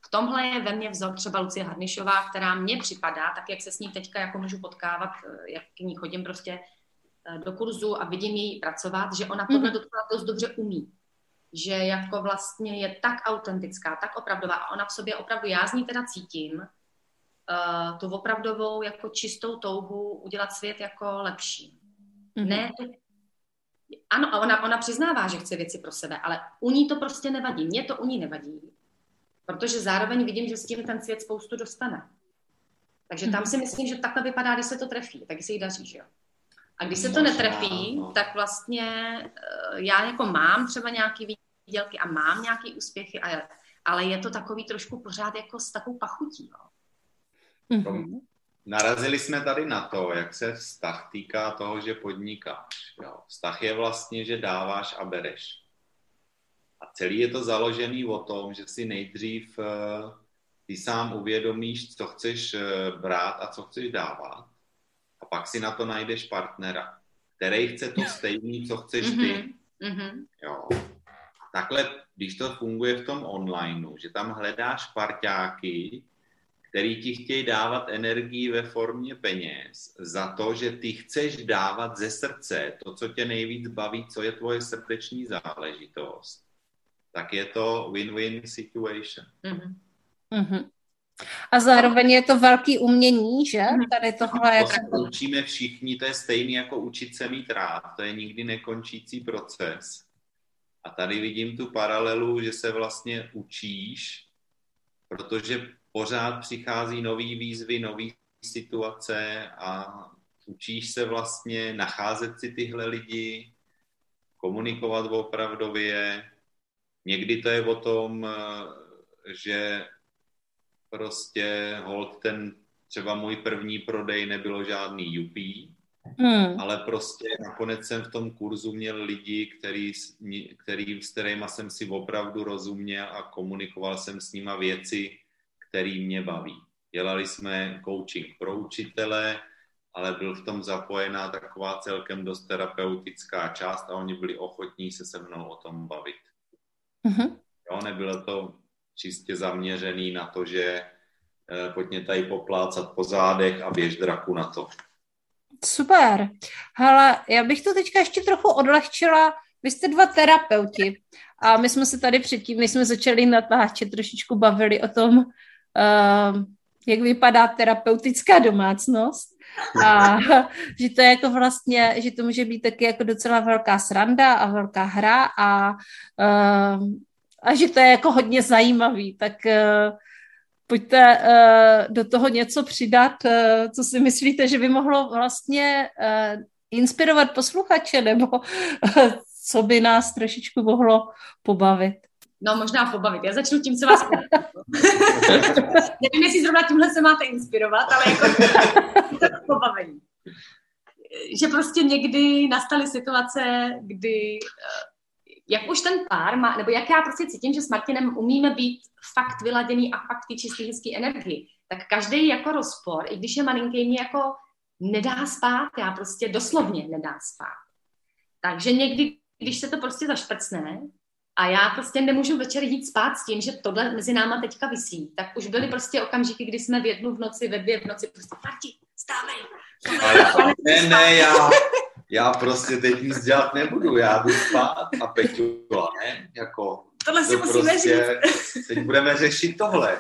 v tomhle je ve mně vzor třeba Lucie Harnišová, která mně připadá, tak jak se s ní teďka jako můžu potkávat, jak k ní chodím prostě do kurzu a vidím jí pracovat, že ona tohle docela dost dobře umí. Že jako vlastně je tak autentická, tak opravdová a ona v sobě opravdu, já z ní teda cítím uh, tu opravdovou jako čistou touhu udělat svět jako lepší. Mm-hmm. Ne, to... ano, a ona, ona přiznává, že chce věci pro sebe, ale u ní to prostě nevadí. Mně to u ní nevadí, protože zároveň vidím, že s tím ten svět spoustu dostane. Takže tam si myslím, že takhle vypadá, když se to trefí, tak se jí daří, že jo. A když se to netrefí, tak vlastně já jako mám třeba nějaký výdělky a mám nějaký úspěchy, ale je to takový trošku pořád jako s takovou pachutí. Jo. Mm-hmm. Narazili jsme tady na to, jak se vztah týká toho, že podnikáš. Jo. Vztah je vlastně, že dáváš a bereš. A celý je to založený o tom, že si nejdřív ty sám uvědomíš, co chceš brát a co chceš dávat. A pak si na to najdeš partnera, který chce to stejný, co chceš ty. Mm-hmm. Jo. Takhle, když to funguje v tom onlineu, že tam hledáš parťáky, který ti chtějí dávat energii ve formě peněz za to, že ty chceš dávat ze srdce to, co tě nejvíc baví, co je tvoje srdeční záležitost, tak je to win-win situation. Mm-hmm. Mm-hmm. A zároveň je to velký umění, že? Tady tohle to se učíme všichni, to je stejný jako učit se mít rád, to je nikdy nekončící proces. A tady vidím tu paralelu, že se vlastně učíš, protože pořád přichází nový výzvy, nový situace a učíš se vlastně nacházet si tyhle lidi, komunikovat opravdově. Někdy to je o tom, že prostě hold ten, třeba můj první prodej nebylo žádný jupí, hmm. ale prostě nakonec jsem v tom kurzu měl lidi, který, který, s kterýma jsem si opravdu rozuměl a komunikoval jsem s nima věci, které mě baví. Dělali jsme coaching pro učitele, ale byl v tom zapojená taková celkem dost terapeutická část a oni byli ochotní se se mnou o tom bavit. Hmm. Jo, nebylo to čistě zaměřený na to, že eh, pojď mě tady poplácat po zádech a běž draku na to. Super. Hele, já bych to teďka ještě trochu odlehčila. Vy jste dva terapeuti a my jsme se tady předtím, než jsme začali natáčet, trošičku bavili o tom, uh, jak vypadá terapeutická domácnost a že to je jako vlastně, že to může být taky jako docela velká sranda a velká hra a uh, a že to je jako hodně zajímavý, tak uh, pojďte uh, do toho něco přidat, uh, co si myslíte, že by mohlo vlastně uh, inspirovat posluchače, nebo uh, co by nás trošičku mohlo pobavit. No možná pobavit, já začnu tím, co vás nevím, jestli zrovna tímhle se máte inspirovat, ale jako pobavení. Že prostě někdy nastaly situace, kdy jak už ten pár má, nebo jak já prostě cítím, že s Martinem umíme být fakt vyladěný a fakt ty čistý, hezký energii, tak každý jako rozpor, i když je malinký, mě jako nedá spát, já prostě doslovně nedá spát. Takže někdy, když se to prostě zašprcne a já prostě nemůžu večer jít spát s tím, že tohle mezi náma teďka visí, tak už byly prostě okamžiky, kdy jsme v jednu v noci, ve dvě v noci prostě Marti, stávej. Ale, ne, ne, já... Já prostě teď nic dělat nebudu, já jdu spát a Peťula, ne? Jako, tohle si to musíme prostě, říct. Teď budeme řešit tohle.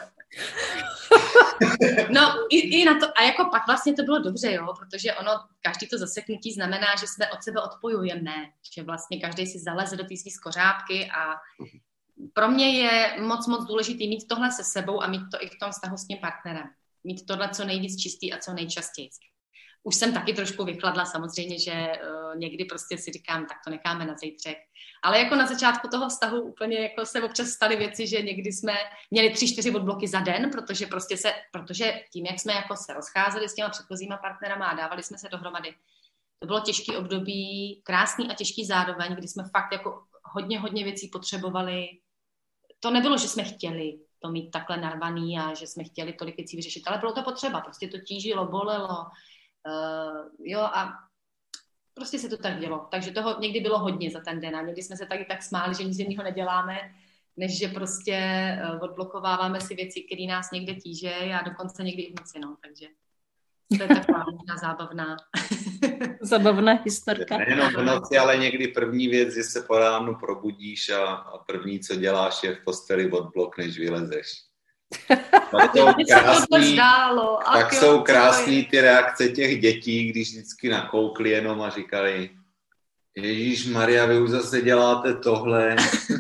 No i, i na to, a jako pak vlastně to bylo dobře, jo, protože ono, každý to zaseknutí znamená, že jsme od sebe odpojujeme, že vlastně každý si zaleze do té svý skořápky a pro mě je moc, moc důležitý mít tohle se sebou a mít to i v tom vztahu s tím partnerem. Mít tohle co nejvíc čistý a co nejčastěji. Už jsem taky trošku vychladla, samozřejmě, že uh, někdy prostě si říkám, tak to necháme na zítřek. Ale jako na začátku toho vztahu úplně jako se občas staly věci, že někdy jsme měli tři, čtyři odbloky za den, protože prostě se, protože tím, jak jsme jako se rozcházeli s těma předchozíma partnerama a dávali jsme se dohromady, to bylo těžký období, krásný a těžký zároveň, kdy jsme fakt jako hodně, hodně věcí potřebovali. To nebylo, že jsme chtěli to mít takhle narvaný a že jsme chtěli tolik věcí vyřešit, ale bylo to potřeba, prostě to tížilo, bolelo. Uh, jo a prostě se to tak dělo, takže toho někdy bylo hodně za ten den a někdy jsme se taky tak smáli, že nic jiného neděláme, než že prostě odblokováváme si věci, které nás někde tížejí a dokonce někdy i v noci, no, takže to je taková možná zábavná. Zabavná historka. Nejenom v noci, ale někdy první věc, že se po ránu probudíš a, a první, co děláš, je v posteli odblok, než vylezeš. Tak jsou krásný, tak jsou krásný ty reakce těch dětí, když vždycky nakoukli jenom a říkali: Ježíš Maria, vy už zase děláte tohle.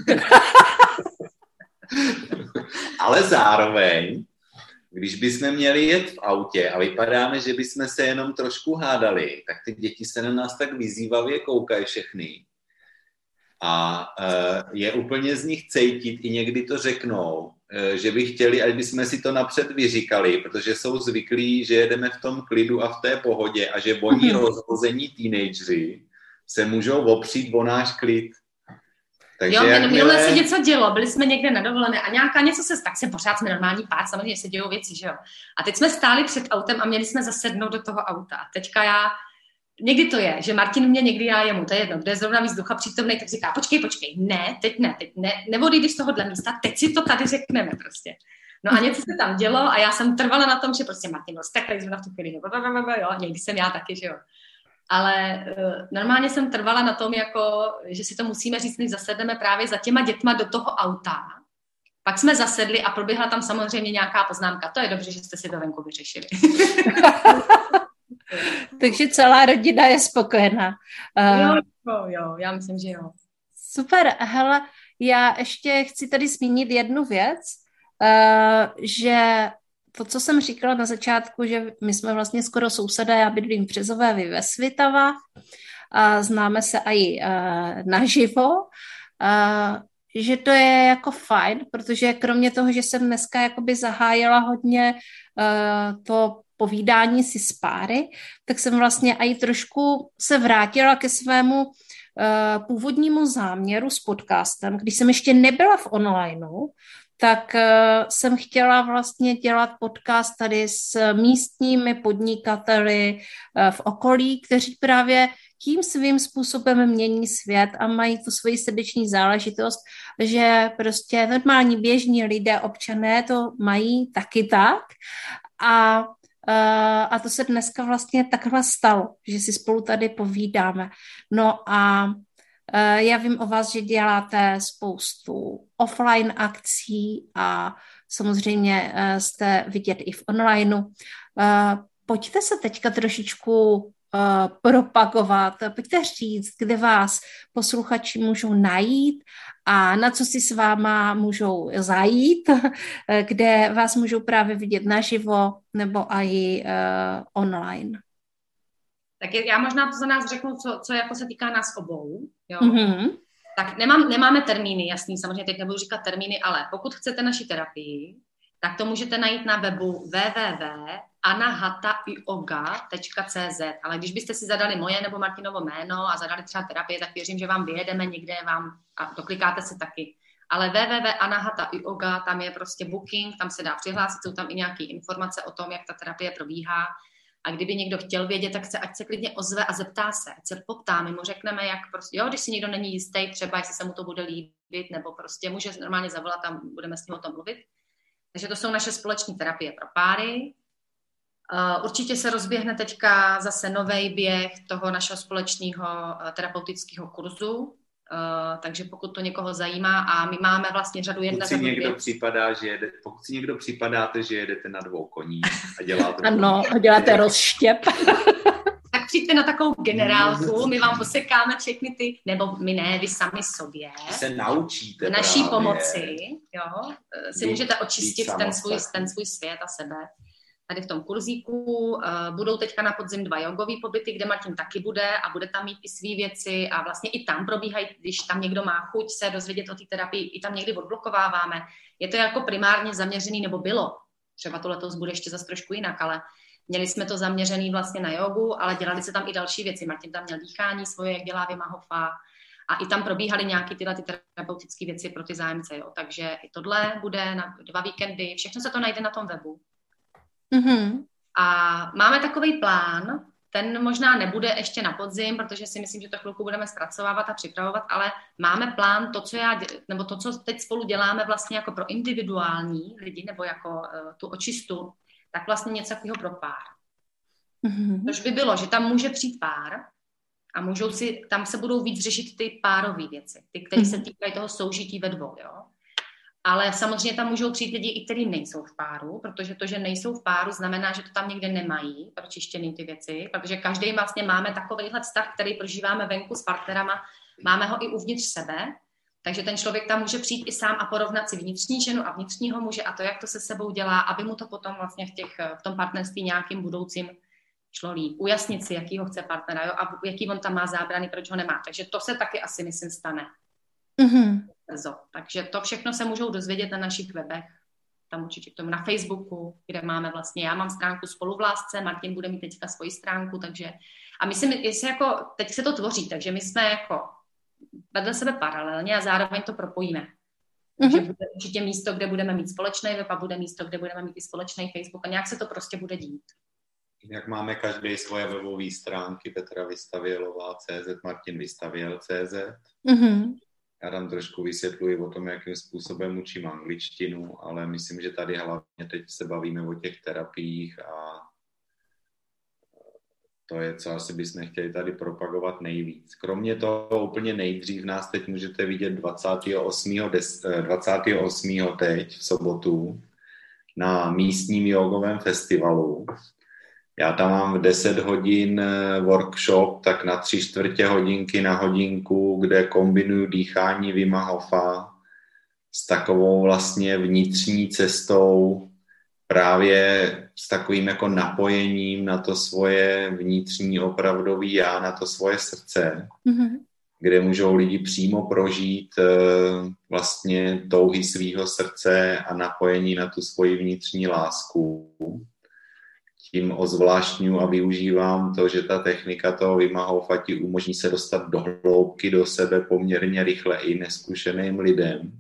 Ale zároveň, když bychom měli jet v autě a vypadáme, že bychom se jenom trošku hádali, tak ty děti se na nás tak vyzývavě koukají všechny. A je úplně z nich cítit, i někdy to řeknou, že by chtěli, ať bychom si to napřed vyříkali, protože jsou zvyklí, že jedeme v tom klidu a v té pohodě a že oni rozhození teenageři se můžou opřít o náš klid. Takže jo, jakmile... minule se něco dělo, byli jsme někde na dovolené a nějaká něco se, tak se pořád jsme normální pár, samozřejmě se dějou věci, že jo. A teď jsme stáli před autem a měli jsme zasednout do toho auta. A teďka já, někdy to je, že Martin mě, někdy já jemu, to je jedno, kde je zrovna víc ducha přítomnej, tak říká: počkej, počkej, ne, teď ne, teď ne, neodjíš z tohohle místa, teď si to tady řekneme prostě. No a něco se tam dělo a já jsem trvala na tom, že prostě Martin byl tak zrovna v tu chvíli, jo, někdy jsem já taky, že jo. Ale uh, normálně jsem trvala na tom, jako, že si to musíme říct, než zasedneme právě za těma dětma do toho auta. Pak jsme zasedli a proběhla tam samozřejmě nějaká poznámka. To je dobře, že jste si to venku vyřešili. Takže celá rodina je spokojená. Uh, jo, jo, jo, já myslím, že jo. Super, hele, já ještě chci tady zmínit jednu věc, uh, že to, co jsem říkala na začátku, že my jsme vlastně skoro sousedé, já bydlím v Březové, vy ve Svitavách, a známe se i uh, naživo, uh, že to je jako fajn, protože kromě toho, že jsem dneska jakoby zahájila hodně uh, to povídání si s páry, tak jsem vlastně i trošku se vrátila ke svému uh, původnímu záměru s podcastem, když jsem ještě nebyla v onlineu, tak uh, jsem chtěla vlastně dělat podcast tady s místními podnikateli uh, v okolí, kteří právě tím svým způsobem mění svět a mají tu svoji srdeční záležitost, že prostě normální běžní lidé, občané to mají taky tak. A, uh, a to se dneska vlastně takhle stalo, že si spolu tady povídáme. No a já vím o vás, že děláte spoustu offline akcí a samozřejmě jste vidět i v onlineu. Pojďte se teďka trošičku propagovat, pojďte říct, kde vás posluchači můžou najít a na co si s váma můžou zajít, kde vás můžou právě vidět naživo nebo i online. Tak já možná to za nás řeknu, co, co jako se týká nás obou. Jo? Mm-hmm. Tak nemám, nemáme termíny, jasný, samozřejmě teď nebudu říkat termíny, ale pokud chcete naši terapii, tak to můžete najít na webu w w w tečka anahata yoga tečka c z. Ale když byste si zadali moje nebo Martinovo jméno a zadali třeba terapie, tak věřím, že vám vyjedeme někde vám a doklikáte se taky. Ale w w w tečka anahata yoga, tam je prostě booking, tam se dá přihlásit, jsou tam i nějaké informace o tom, jak ta terapie probíhá. A kdyby někdo chtěl vědět, tak se, ať se klidně ozve a zeptá se, ať se poptá, my mu řekneme, jak prostě, jo, když si někdo není jistý, třeba jestli se mu to bude líbit, nebo prostě může normálně zavolat a budeme s ním o tom mluvit. Takže to jsou naše společné terapie pro páry. Uh, určitě se rozběhne teďka zase nový běh toho našeho společného uh, terapeutického kurzu, Uh, takže pokud to někoho zajímá a my máme vlastně řadu jedna za někdo připadá, že jede, pokud si někdo připadáte, že jedete na dvou koních a děláte... ano, a děláte rozštěp. Tak přijďte na takovou generálku, my vám posekáme všechny ty, nebo my ne, vy sami sobě. Se naučíte v naší právě. pomoci, jo, si být, můžete očistit ten svůj, ten svůj svět a sebe. Tady v tom kurzíku uh, budou teďka na podzim dva jogový pobyty, kde Martin taky bude a bude tam mít i svý věci a vlastně i tam probíhají, když tam někdo má chuť se dozvědět o té terapii, i tam někdy odblokováváme. Je to jako primárně zaměřený, nebo bylo, třeba to letos bude ještě zase trošku jinak, ale měli jsme to zaměřený vlastně na jogu, ale dělali se tam i další věci. Martin tam měl dýchání svoje, jak dělá Wima Hofa a i tam probíhaly nějaké tyhle ty terapeutické věci pro ty zájemce. Jo. Takže i tohle bude na dva víkendy, všechno se to najde na tom webu. Mm-hmm. A máme takový plán, ten možná nebude ještě na podzim, protože si myslím, že to chvilku budeme zpracovávat a připravovat, ale máme plán, to, co já, nebo to, co teď spolu děláme vlastně jako pro individuální lidi, nebo jako uh, tu očistu, tak vlastně něco takového pro pár. Mm-hmm. Což by bylo, že tam může přijít pár a můžou si, tam se budou víc řešit ty párové věci, ty, které mm-hmm. se týkají toho soužití ve dvou, jo. Ale samozřejmě tam můžou přijít lidi, i kteří nejsou v páru, protože to, že nejsou v páru, znamená, že to tam někde nemají pročištěný ty věci, protože každý vlastně máme takovýhle vztah, který prožíváme venku s partnerama, máme ho i uvnitř sebe, takže ten člověk tam může přijít i sám a porovnat si vnitřní ženu a vnitřního muže a to, jak to se sebou dělá, aby mu to potom vlastně v, těch, v tom partnerství nějakým budoucím šlo líp. Ujasnit si, jakýho chce partnera, jo, a jaký on tam má zábrany, proč ho nemá. Takže to se taky asi, myslím, stane. Mm-hmm. Takže to všechno se můžou dozvědět na našich webech, tam určitě k tomu na Facebooku, kde máme vlastně, já mám stránku Spolu v lásce, Martin bude mít teďka svoji stránku, takže a myslím, jestli jako, teď se to tvoří, takže my jsme jako vedle sebe paralelně a zároveň to propojíme. Takže mm-hmm. bude určitě místo, kde budeme mít společný web a bude místo, kde budeme mít i společný Facebook a nějak se to prostě bude dít. Jak máme každý svoje webové stránky, Petra Vystavělová tečka cé zet, Martin Vystavěl tečka cé zet. Mm-hmm. Já tam trošku vysvětluji o tom, jakým způsobem učím angličtinu, ale myslím, že tady hlavně teď se bavíme o těch terapiích a to je, co asi bychom chtěli tady propagovat nejvíc. Kromě toho úplně nejdřív nás teď můžete vidět dvacátého osmého teď v sobotu na místním jogovém festivalu. Já tam mám v deset hodin workshop, tak na tři čtvrtě hodinky na hodinku, kde kombinuju dýchání Wima Hofa s takovou vlastně vnitřní cestou, právě s takovým jako napojením na to svoje vnitřní opravdový já, na to svoje srdce, mm-hmm. kde můžou lidi přímo prožít vlastně touhy svýho srdce a napojení na tu svoji vnitřní lásku. Tím ozvláštňuji a využívám to, že ta technika toho Wima Hofa ti umožní se dostat do hloubky do sebe poměrně rychle i neskušeným lidem.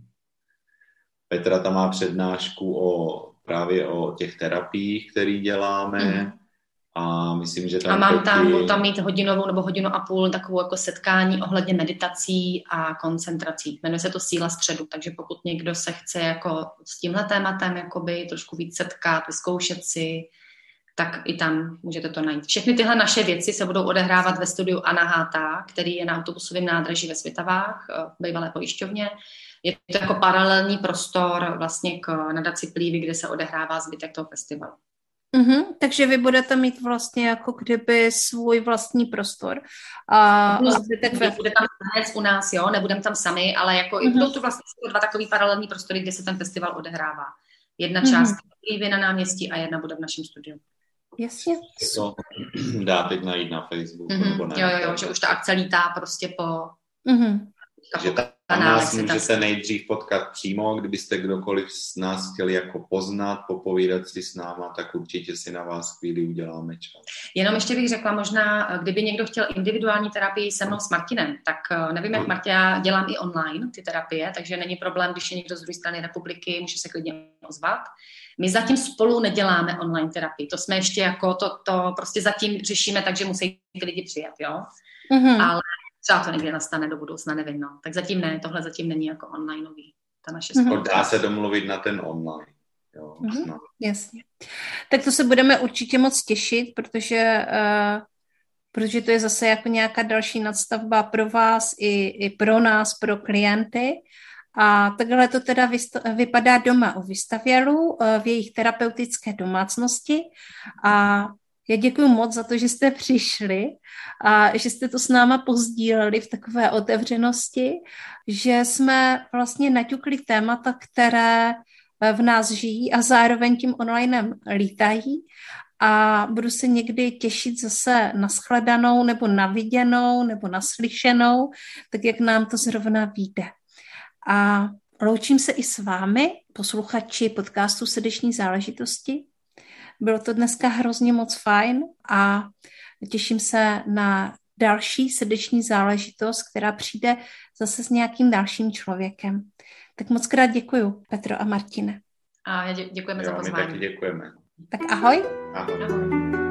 Petra tam má přednášku o, právě o těch terapiích, které děláme mm. a myslím, že tam... A mám tam, budu tam mít hodinovou nebo hodinu a půl takovou jako setkání ohledně meditací a koncentrací. Jmenuje se to Síla středu, takže pokud někdo se chce jako s tímhle tématem jakoby trošku víc setkat, vyzkoušet si, tak i tam můžete to najít. Všechny tyhle naše věci se budou odehrávat ve studiu Anna Háta, který je na autobusovém nádraží ve Svitavách, v bývalé pojišťovně. Je to jako paralelní prostor vlastně k nadaci Plívy, kde se odehrává zbytek toho festivalu. Mm-hmm, takže vy budete mít vlastně jako kdyby svůj vlastní prostor. A no, zbytek ve... Bude tam tanec u nás, jo, nebudeme tam sami, ale jako mm-hmm. budou to vlastně dva takový paralelní prostory, kde se ten festival odehrává. Jedna část mm-hmm. Plívy na náměstí a jedna bude v našem studiu. Jasně. To dá teď najít na Facebooku. Mm-hmm. Nebo ne, jo, jo, jo, že už ta akce lítá prostě po... Mm-hmm. Takže tam nás můžete nejdřív potkat přímo, kdybyste kdokoliv z nás chtěli jako poznat, popovídat si s náma, tak určitě si na vás chvíli uděláme čas. Jenom ještě bych řekla, možná, kdyby někdo chtěl individuální terapii se mnou s Martinem, tak nevím, jak Martě, já dělám i online ty terapie, takže není problém, když je někdo z druhé strany republiky, může se klidně ozvat. My zatím spolu neděláme online terapii, to jsme ještě jako, to, to prostě zatím řešíme, takže musí ty lidi přijet, jo. Mm-hmm. Ale třeba to někdy nastane do budoucna, nevím, no. Tak zatím ne, tohle zatím není jako onlineový, ta naše spolupráce. Dá se domluvit na ten online. Jo, mm-hmm. Jasně. Tak to se budeme určitě moc těšit, protože, uh, protože to je zase jako nějaká další nadstavba pro vás i, i pro nás, pro klienty. A takhle to teda vysta- vypadá doma u Vystavělů uh, v jejich terapeutické domácnosti a já děkuji moc za to, že jste přišli a že jste to s náma pozdíleli v takové otevřenosti, že jsme vlastně naťukli témata, které v nás žijí a zároveň tím onlinem lítají a budu se někdy těšit zase na shledanou nebo na viděnou nebo na slyšenou, tak jak nám to zrovna vyjde. A loučím se i s vámi, posluchači podcastu Srdeční záležitosti. Bylo to dneska hrozně moc fajn a těším se na další srdeční záležitost, která přijde zase s nějakým dalším člověkem. Tak moc krát děkuju, Petro a Martine. A děkujeme jo, za pozvání. My taky děkujeme. Tak ahoj. Ahoj. ahoj.